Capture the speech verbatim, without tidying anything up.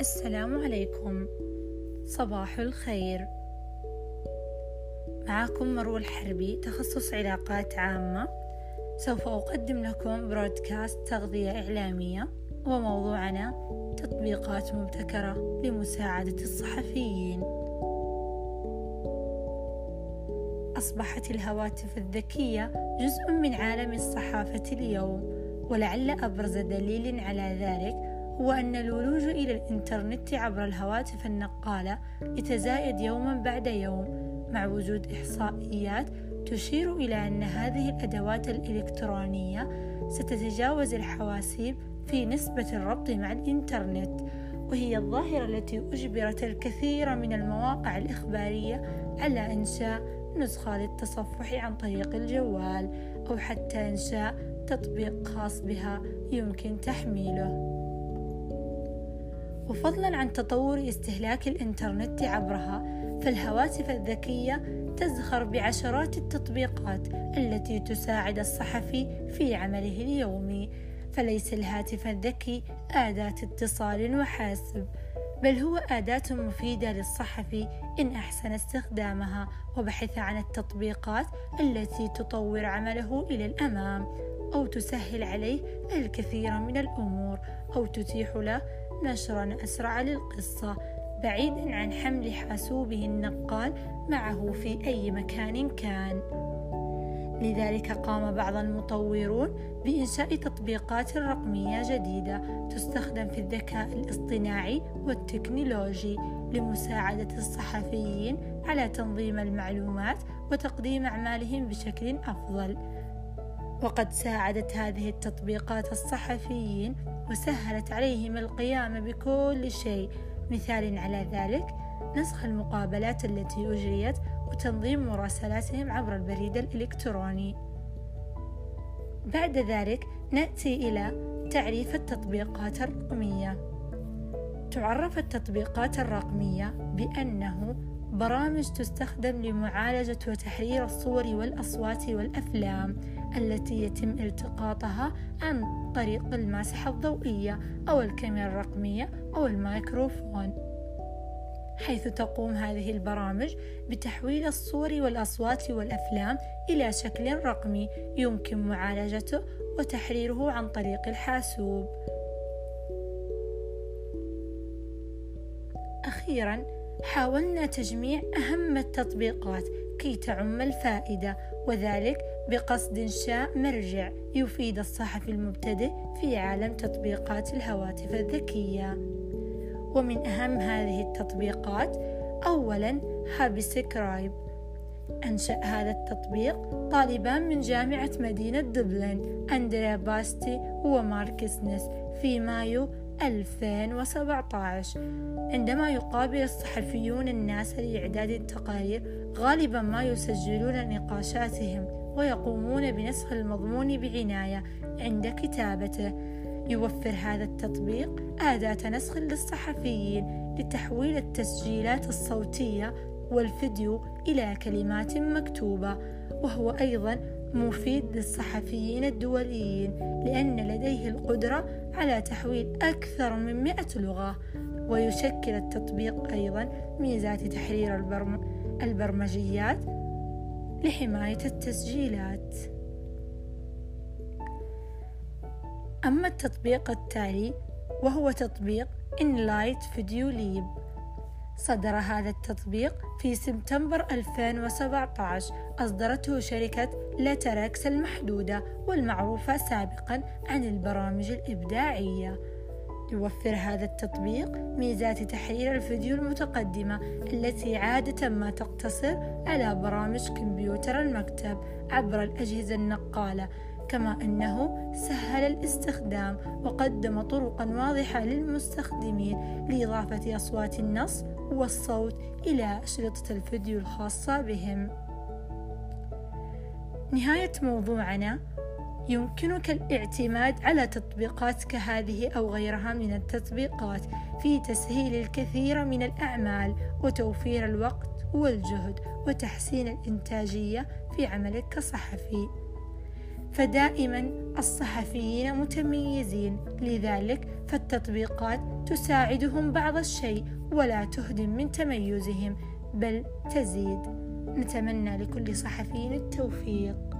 السلام عليكم، صباح الخير. معكم مروة الحربي، تخصص علاقات عامة. سوف أقدم لكم برودكاست تغذية إعلامية، وموضوعنا تطبيقات مبتكرة لمساعدة الصحفيين. أصبحت الهواتف الذكية جزء من عالم الصحافة اليوم، ولعل أبرز دليل على ذلك هو أن الولوج إلى الإنترنت عبر الهواتف النقالة يتزايد يوما بعد يوم، مع وجود إحصائيات تشير إلى أن هذه الأدوات الإلكترونية ستتجاوز الحواسيب في نسبة الربط مع الإنترنت، وهي الظاهرة التي أجبرت الكثير من المواقع الإخبارية على إنشاء نسخة للتصفح عن طريق الجوال، أو حتى إنشاء تطبيق خاص بها يمكن تحميله. وفضلا عن تطور استهلاك الإنترنت عبرها، فالهواتف الذكية تزخر بعشرات التطبيقات التي تساعد الصحفي في عمله اليومي. فليس الهاتف الذكي أداة اتصال وحاسب، بل هو أداة مفيدة للصحفي إن أحسن استخدامها وبحث عن التطبيقات التي تطور عمله إلى الأمام، أو تسهل عليه الكثير من الأمور، أو تتيح له نشرا أسرع للقصة، بعيدا عن حمل حاسوبه النقال معه في أي مكان كان. لذلك قام بعض المطورون بإنشاء تطبيقات رقمية جديدة تستخدم في الذكاء الاصطناعي والتكنولوجي لمساعدة الصحفيين على تنظيم المعلومات وتقديم أعمالهم بشكل أفضل. وقد ساعدت هذه التطبيقات الصحفيين وسهلت عليهم القيام بكل شيء. مثال على ذلك نسخ المقابلات التي أجريت وتنظيم مراسلاتهم عبر البريد الإلكتروني. بعد ذلك نأتي إلى تعريف التطبيقات الرقمية. تعرف التطبيقات الرقمية بأنه برامج تستخدم لمعالجة وتحرير الصور والأصوات والأفلام التي يتم التقاطها عن طريق الماسحة الضوئية أو الكاميرا الرقمية أو الميكروفون، حيث تقوم هذه البرامج بتحويل الصور والأصوات والأفلام إلى شكل رقمي يمكن معالجته وتحريره عن طريق الحاسوب. أخيراً، حاولنا تجميع أهم التطبيقات كي تعم الفائدة، وذلك بقصد إنشاء مرجع يفيد الصحفي المبتدئ في عالم تطبيقات الهواتف الذكية. ومن أهم هذه التطبيقات، أولاً هابسكرايب. أنشأ هذا التطبيق طالبان من جامعة مدينة دبلن، أندريا باستي ومارك سنيس، في مايو ألفين وسبعة عشر. عندما يقابل الصحفيون الناس لإعداد التقارير، غالبا ما يسجلون نقاشاتهم ويقومون بنسخ المضمون بعناية عند كتابته. يوفر هذا التطبيق أداة نسخ للصحفيين لتحويل التسجيلات الصوتية والفيديو إلى كلمات مكتوبة، وهو أيضا مفيد للصحفيين الدوليين لأن لديه القدرة على تحويل أكثر من مئة لغة. ويشكل التطبيق أيضا ميزات تحرير البرم... البرمجيات لحماية التسجيلات. أما التطبيق التالي وهو تطبيق إنلايت فيديو ليب. صدر هذا التطبيق في سبتمبر ألفين وسبعة عشر. أصدرته شركة لاتركس المحدودة والمعروفة سابقا عن البرامج الإبداعية. يوفر هذا التطبيق ميزات تحرير الفيديو المتقدمة التي عادة ما تقتصر على برامج كمبيوتر المكتب عبر الأجهزة النقالة، كما أنه سهل الاستخدام وقدم طرقا واضحة للمستخدمين لإضافة أصوات النص والصوت إلى أشرطة الفيديو الخاصة بهم. نهاية موضوعنا، يمكنك الاعتماد على تطبيقات كهذه أو غيرها من التطبيقات في تسهيل الكثير من الأعمال وتوفير الوقت والجهد وتحسين الإنتاجية في عملك كصحفي. فدائما الصحفيين متميزين، لذلك فالتطبيقات تساعدهم بعض الشيء ولا تهدم من تميزهم بل تزيد. نتمنى لكل صحفي التوفيق.